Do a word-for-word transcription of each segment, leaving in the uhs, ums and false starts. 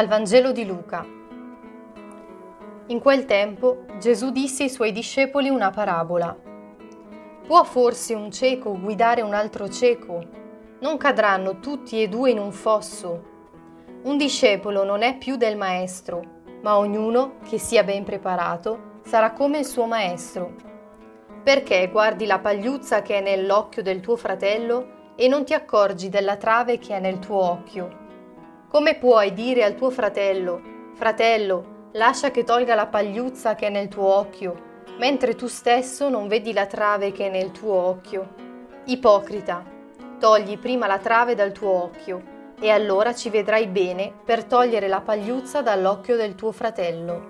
Dal Vangelo di Luca. In quel tempo Gesù disse ai suoi discepoli una parabola. Può forse un cieco guidare un altro cieco? Non cadranno tutti e due in un fosso? Un discepolo non è più del maestro, ma ognuno che sia ben preparato sarà come il suo maestro. Perché guardi la pagliuzza che è nell'occhio del tuo fratello e non ti accorgi della trave che è nel tuo occhio? Come puoi dire al tuo fratello: fratello, lascia che tolga la pagliuzza che è nel tuo occhio, mentre tu stesso non vedi la trave che è nel tuo occhio? Ipocrita, togli prima la trave dal tuo occhio, e allora ci vedrai bene per togliere la pagliuzza dall'occhio del tuo fratello.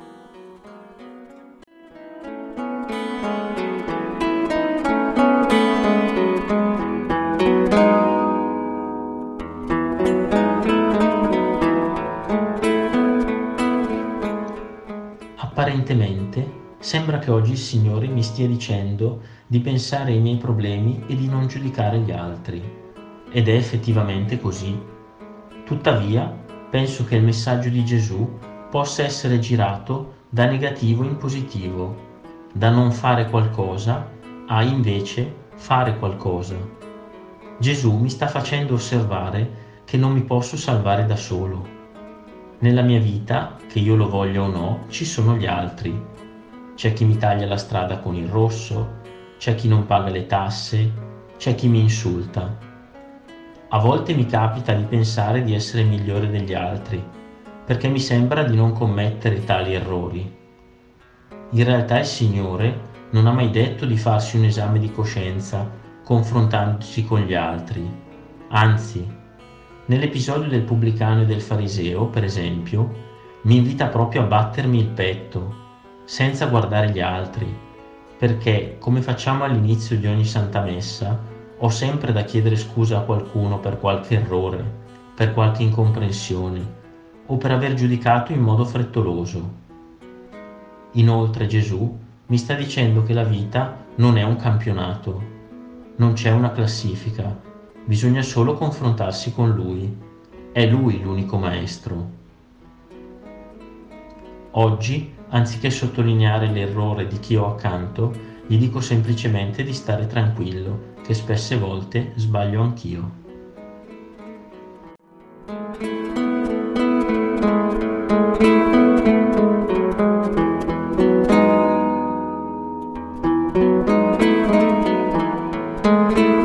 Apparentemente sembra che oggi il Signore mi stia dicendo di pensare ai miei problemi e di non giudicare gli altri. Ed è effettivamente così. Tuttavia, penso che il messaggio di Gesù possa essere girato da negativo in positivo, da non fare qualcosa a invece fare qualcosa. Gesù mi sta facendo osservare che non mi posso salvare da solo. Nella mia vita, che io lo voglia o no, ci sono gli altri. C'è chi mi taglia la strada con il rosso, c'è chi non paga le tasse, c'è chi mi insulta. A volte mi capita di pensare di essere migliore degli altri, perché mi sembra di non commettere tali errori. In realtà il Signore non ha mai detto di farsi un esame di coscienza confrontandosi con gli altri. Anzi, nell'episodio del pubblicano e del fariseo, per esempio, mi invita proprio a battermi il petto, senza guardare gli altri, perché, come facciamo all'inizio di ogni Santa Messa, ho sempre da chiedere scusa a qualcuno per qualche errore, per qualche incomprensione, o per aver giudicato in modo frettoloso. Inoltre Gesù mi sta dicendo che la vita non è un campionato, non c'è una classifica, bisogna solo confrontarsi con Lui. È Lui l'unico maestro. Oggi, anziché sottolineare l'errore di chi ho accanto, gli dico semplicemente di stare tranquillo, che spesse volte sbaglio anch'io. Thank you.